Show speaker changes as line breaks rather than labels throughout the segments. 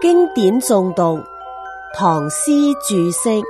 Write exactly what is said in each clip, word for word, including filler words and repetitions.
經典誦讀，唐詩注釋。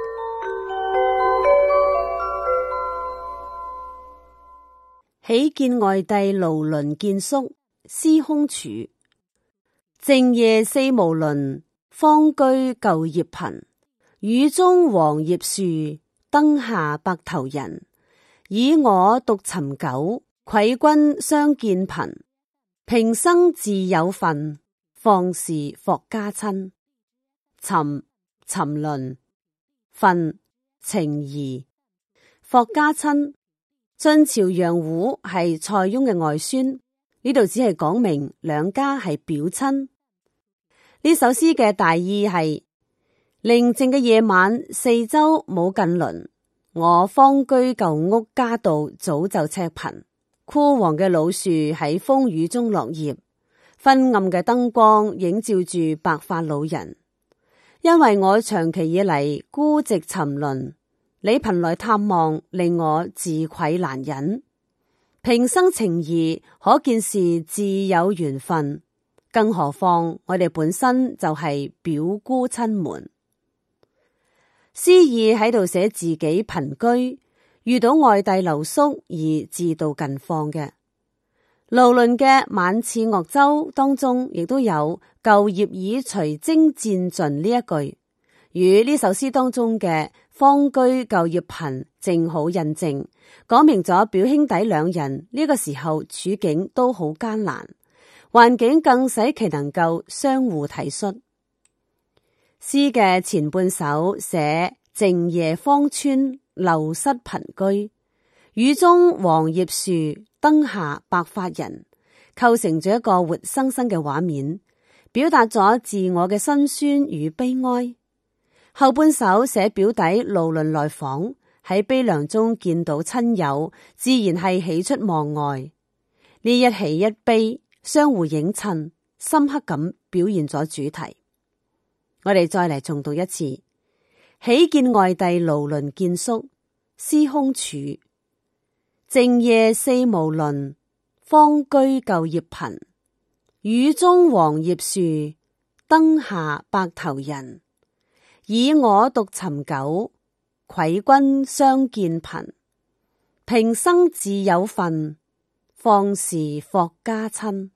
喜見外弟勞鄰見宿，司空曙。靜夜四無鄰，荒居舊業貧。雨中黃葉樹，燈下白頭人。以我獨尋久，愧君相見頻。平生自有份，況是霍家親。尋尋鄰，份情誼，霍家親。晉朝楊虎係塞翁嘅外孫，呢度只係講明兩家係表親。呢首詩嘅大意係：寧靜嘅夜晚，四周冇近鄰，我荒居舊屋家道早就赤貧，枯黃嘅老樹喺風雨中落葉，昏暗嘅燈光映照住白髮老人。因為我長期以嚟孤寂沉淪，你頻來探望，令我自愧難忍。平生情誼，可見是自有緣分，更何況我哋本身就係表姑親門。詩意喺度寫自己貧居，遇到外弟留宿而自度近況嘅。勞鄰嘅晚次樂州當中，亦都有舊業已隨征漸盡呢一句，與呢首詩當中嘅荒居舊業貧正好印證，講明咗表兄弟兩人呢個時候處境都好艱難，環境更使其能夠相互體恤。詩嘅前半首寫靜夜荒村，流失貧居，雨中黃葉樹，燈下白髮人，構成咗一個活生生嘅畫面，表達咗自我嘅辛酸與悲哀。後半首寫表弟勞鄰來訪，喺悲涼中見到親友，自然係喜出望外。呢一喜一悲相互映襯，深刻咁表現咗主題。我哋再嚟重讀一次：喜見外弟勞鄰見宿，司空曙。靜夜四無鄰，荒居舊業貧。雨中黃葉樹，燈下白頭人。以我獨尋久，愧君相見頻。平生自有份，況是霍家親。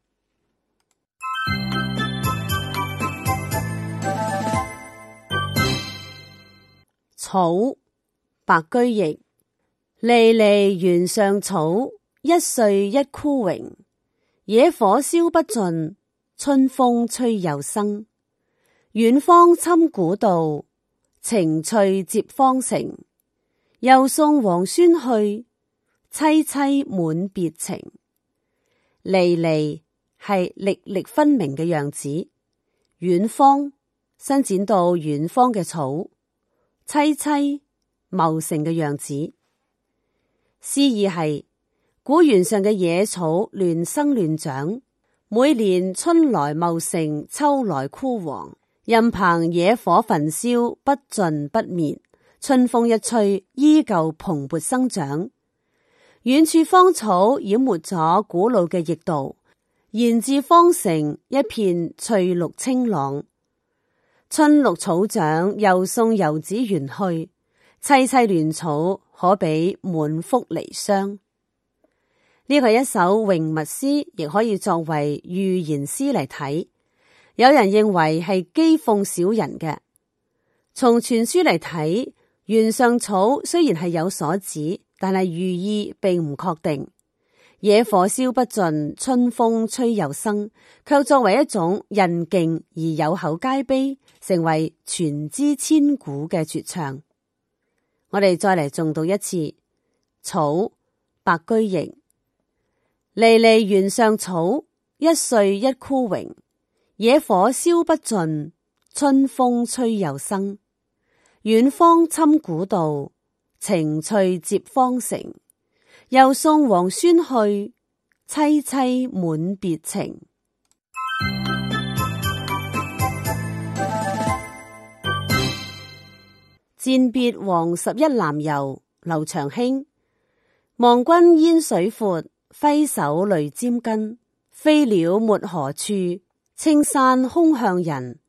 草，白居易。離離原上草，一歲一枯榮。野火燒不盡，春風吹又生。遠芳侵古道，晴翠接荒城。又送王孫去，萋萋滿別情。離離係歷歷分明嘅樣子，遠芳伸展到遠方嘅草，萋萋茂盛嘅樣子。詩意係古原上嘅野草亂生亂長，每年春來茂盛，秋來枯黃，任憑野火焚燒，不盡不滅，春風一吹，依舊蓬勃生長。遠處芳草淹沒咗古老嘅驛道，延至荒城一片翠綠清朗。春綠草長，又送遊子園去，萋萋亂草，可比滿腹離傷。呢個一首詠物詩，亦可以作為寓言詩嚟睇。有人認為係譏諷小人嘅。從全書嚟睇，原上草雖然係有所指，但係寓意並唔確定。野火燒不盡，春風吹又生，卻作為一種人勁而有口皆碑，成為傳之千古嘅絕唱。我哋再嚟重讀一次：草，白居易。離離原上草，一歲一枯榮。野火燒不盡，春風吹又生。遠芳侵古道，晴翠接荒城。又送王孫去，萋萋滿別情。餞別王十一南遊，劉長卿。望君煙水闊，揮手淚沾巾。飛鳥沒何處，青山空向人。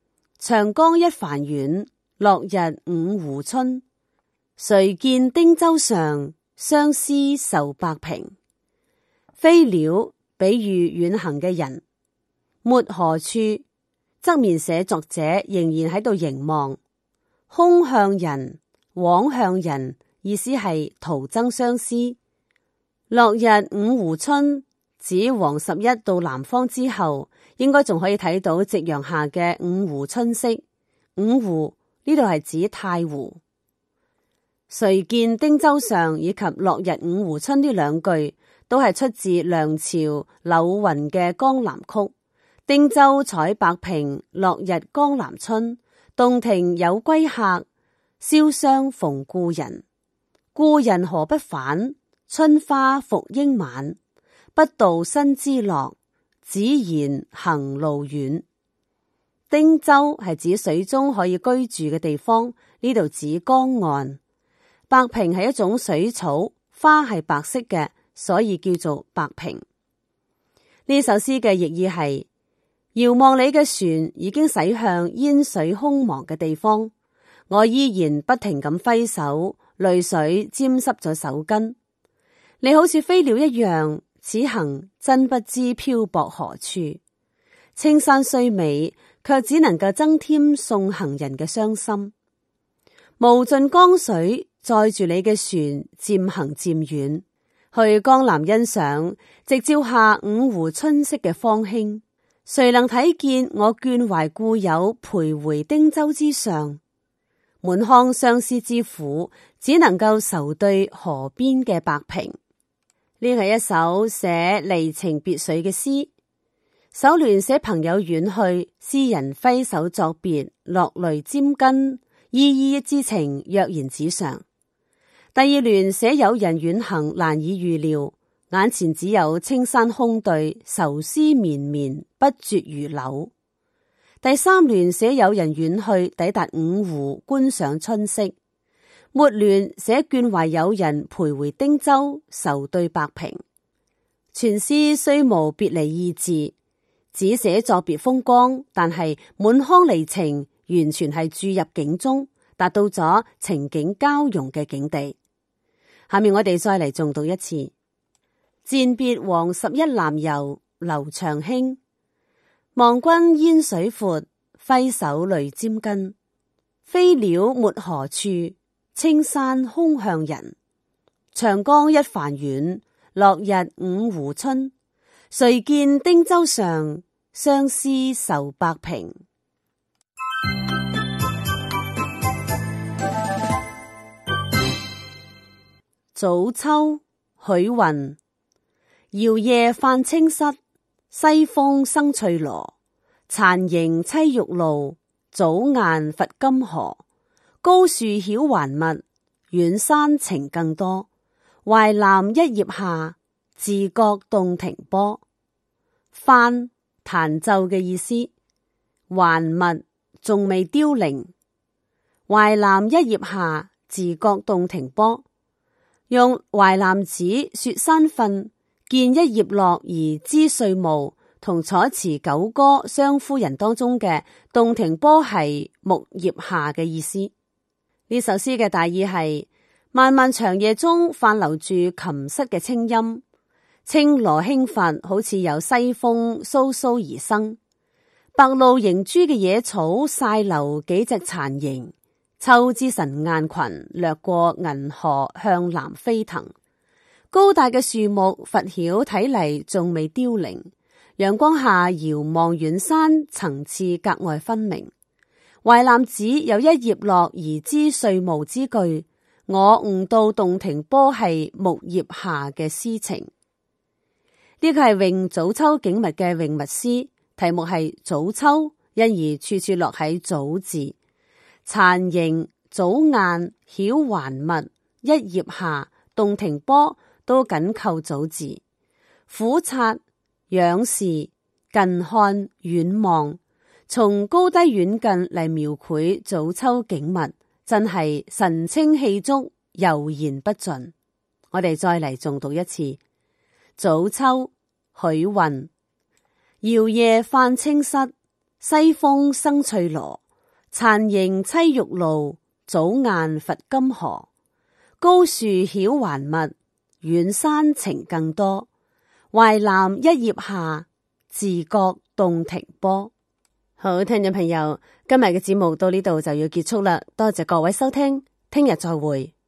長江一帆遠，落日五湖春。誰見汀洲上，相思愁白平。飛鳥比喻遠行嘅人。沒何處，側面寫作者仍然喺度凝望。空向人，往向人，意思係徒增相思。落日五湖春，指黃十一到南方之後，應該仲可以睇到夕陽下嘅五湖春色。五湖呢度係指太湖。誰見汀洲上以及落日五湖春呢兩句都係出自梁朝柳雲嘅《江南曲》。汀洲採白蘋，落日江南春。洞庭有歸客，瀟湘逢故人。故人何不返？春花復應晚。不道新知樂，只言行路遠。汀洲係指水中可以居住嘅地方，呢度指江岸。白蘋係一種水草，花係白色嘅，所以叫做白蘋。呢首詩嘅譯意係：遙望你嘅船已經駛向煙水空茫嘅地方，我依然不停咁揮手，淚水沾濕咗手巾。你好似飛鳥一樣，此行真不知漂泊何處。青山雖美，卻只能夠增添送行人嘅傷心。無盡江水載住你嘅船漸行漸遠，去江南欣賞，直照下五湖春色嘅芳馨。誰能睇見我眷懷故友徘徊汀洲之上？滿腔相思之苦，只能夠愁對河邊嘅白蘋。呢係一首寫離情別緒嘅詩。首聯寫朋友遠去，詩人揮手作別，落淚沾巾，依依之情躍然紙上。第二聯寫有人遠行難以預料，眼前只有青山空對，愁思綿綿，不絕如縷。第三聯寫有人遠去，抵達五湖觀賞春色。末聯寫眷懷友人徘徊汀洲，愁對白蘋。全詩雖無別離意志，只寫作別風光，但係滿腔離情，完全係注入境中，達到咗情景交融嘅境地。下面我哋再嚟重讀一次。餞別黃十一南遊，劉長卿。望君煙水闊，揮手淚沾巾。飛鳥沒何處，青山空向人。長江一帆遠，落日五湖春。誰見汀洲上，相思愁白蘋。早秋，許渾。遙夜泛青室，西風生翠蘿。殘螢棲玉露，早雁拂金河。高樹曉還密，遠山情更多。淮南一葉下，自覺洞庭波。泛，彈奏嘅意思。還密，仲未凋零。淮南一葉下，自覺洞庭波。用淮南子雪山瞓，見一葉落而知歲暮，同楚辭九歌雙夫人當中嘅洞庭波係木葉下嘅意思。呢首詩嘅大意係：漫漫長夜中泛流住琴瑟嘅清音，青羅輕拂，好似有西風蘇蘇而生。白露凝珠嘅野草曬流幾隻殘螢。秋之晨雁群掠過銀河向南飛騰，高大嘅樹木拂曉睇嚟仲未凋零，陽光下遙望遠山，層次格外分明。淮南子有一葉落而知歲暮之句，我悟到洞庭波係木葉下嘅詩情。呢個係詠早秋景物嘅詠物詩，題目係早秋，因而處處落喺早字。殘螢、早雁、曉還密、一葉下、洞庭波都緊扣早字。俯察、仰視、近看、遠望，從高低遠近嚟描繪早秋景物，真係神清氣足，悠然不盡。我哋再嚟重讀一次。早秋，許渾。遙夜泛青室，西風生翠蘿。 殘螢棲玉露，早雁拂金河。高樹曉還密，遠山情更多。淮南一葉下，自覺洞庭波。好，聽眾朋友，今日嘅節目到呢度就要結束啦，多謝各位收聽，聽日再會。